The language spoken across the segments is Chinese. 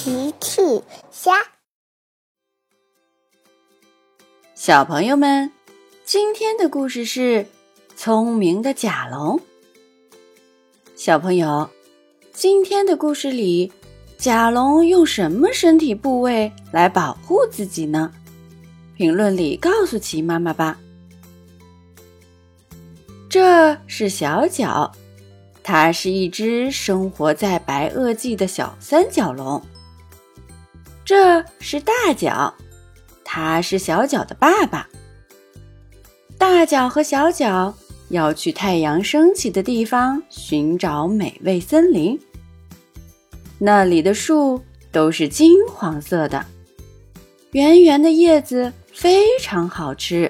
奇趣虾。 小朋友们，今天的故事是聪明的甲龙。小朋友，今天的故事里，甲龙用什么身体部位来保护自己呢？评论里告诉奇妈妈吧。这是小角，它是一只生活在白垩纪的小三角龙。这是大角，他是小角的爸爸。大角和小角要去太阳升起的地方寻找美味森林，那里的树都是金黄色的，圆圆的叶子非常好吃。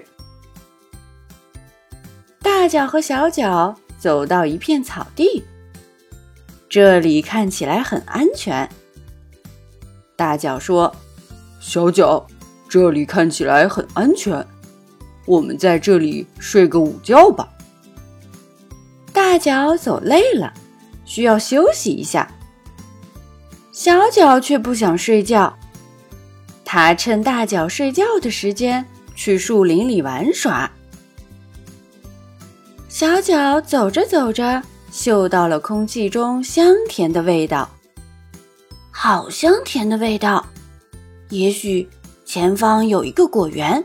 大角和小角走到一片草地，这里看起来很安全。大角说：“ 小角，这里看起来很安全，我们在这里睡个午觉吧。” 大角走累了，需要休息一下。小角却不想睡觉，他趁大角睡觉的时间去树林里玩耍。小角走着走着，嗅到了空气中香甜的味道。好香甜的味道，也许前方有一个果园。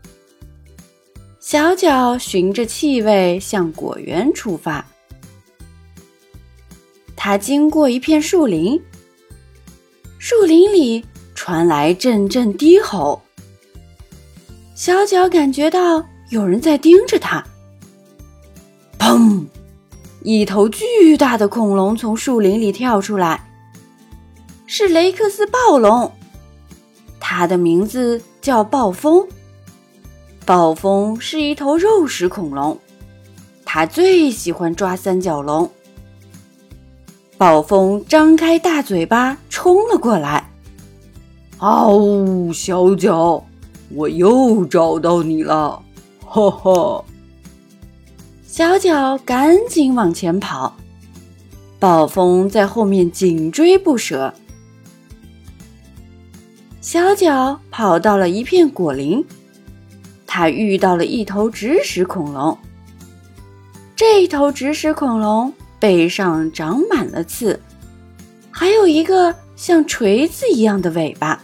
小角循着气味向果园出发。他经过一片树林，树林里传来阵阵低吼。小角感觉到有人在盯着他。砰！一头巨大的恐龙从树林里跳出来，是雷克斯暴龙，它的名字叫暴风。暴风是一头肉食恐龙，它最喜欢抓三角龙。暴风张开大嘴巴冲了过来。 嗷呜，小角，我又找到你了，哈哈！ 小角赶紧往前跑，暴风在后面紧追不舍。小角跑到了一片果林，他遇到了一头植食恐龙。这头植食恐龙背上长满了刺，还有一个像锤子一样的尾巴。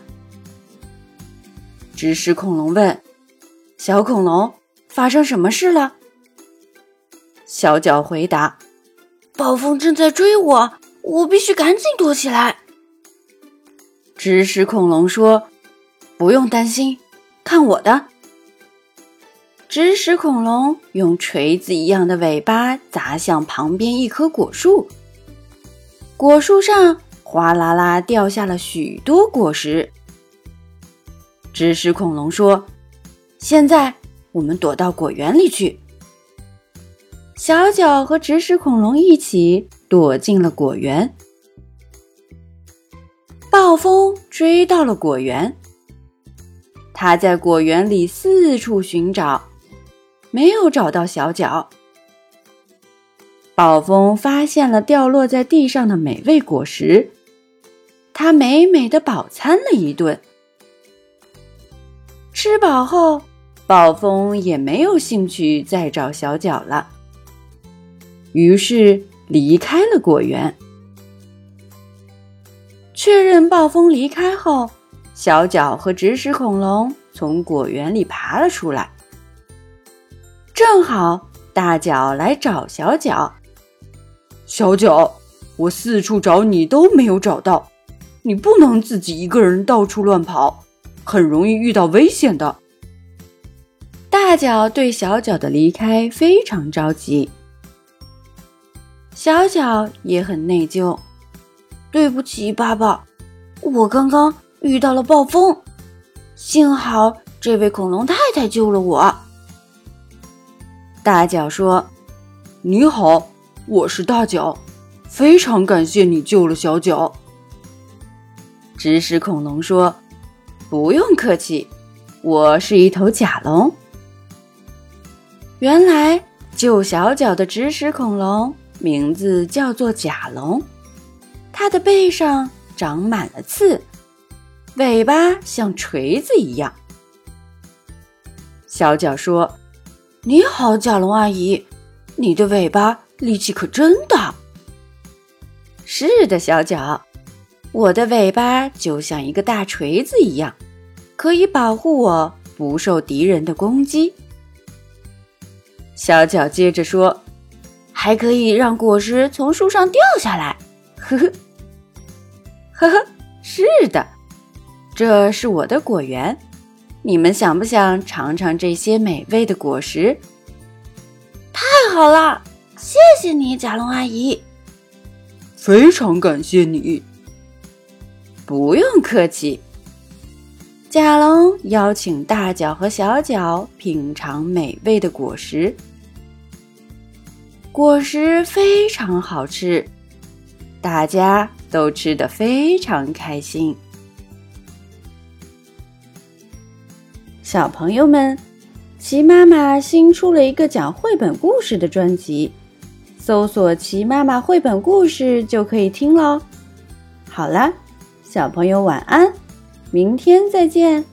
植食恐龙问：“小恐龙，发生什么事了？”小角回答：“暴风正在追我，我必须赶紧躲起来。”植食恐龙说：“不用担心，看我的。”植食恐龙用锤子一样的尾巴砸向旁边一棵果树，果树上哗啦啦掉下了许多果实。植食恐龙说：“现在我们躲到果园里去。”小角和植食恐龙一起躲进了果园。暴风追到了果园，他在果园里四处寻找，没有找到小角。暴风发现了掉落在地上的美味果实，他美美地饱餐了一顿。吃饱后，暴风也没有兴趣再找小角了，于是离开了果园。确认暴风离开后，小角和植食恐龙从果园里爬了出来。正好大角来找小角。 小角，我四处找你都没有找到，你不能自己一个人到处乱跑，很容易遇到危险的。 大角对小角的离开非常着急。小角也很内疚，对不起爸爸，我刚刚遇到了暴风，幸好这位恐龙太太救了我。大角说：“ 你好，我是大角，非常感谢你救了小角。” 植食恐龙说：“不用客气，我是一头甲龙。”原来救小角的植食恐龙名字叫做甲龙，它的背上长满了刺， 尾巴像锤子一样。小脚说：“你好，甲龙阿姨，你的尾巴力气可真大。”是的，小脚，我的尾巴就像一个大锤子一样，可以保护我不受敌人的攻击。小脚接着说：“还可以让果实从树上掉下来。”呵呵，呵呵，是的，这是我的果园。你们想不想尝尝这些美味的果实？太好了，谢谢你，甲龙阿姨。 非常感谢你。 不用客气。甲龙邀请大脚和小脚品尝美味的果实。果实非常好吃，大家都吃得非常开心。小朋友们，齐妈妈新出了一个讲绘本故事的专辑，搜索齐妈妈绘本故事就可以听咯。好了，小朋友晚安，明天再见。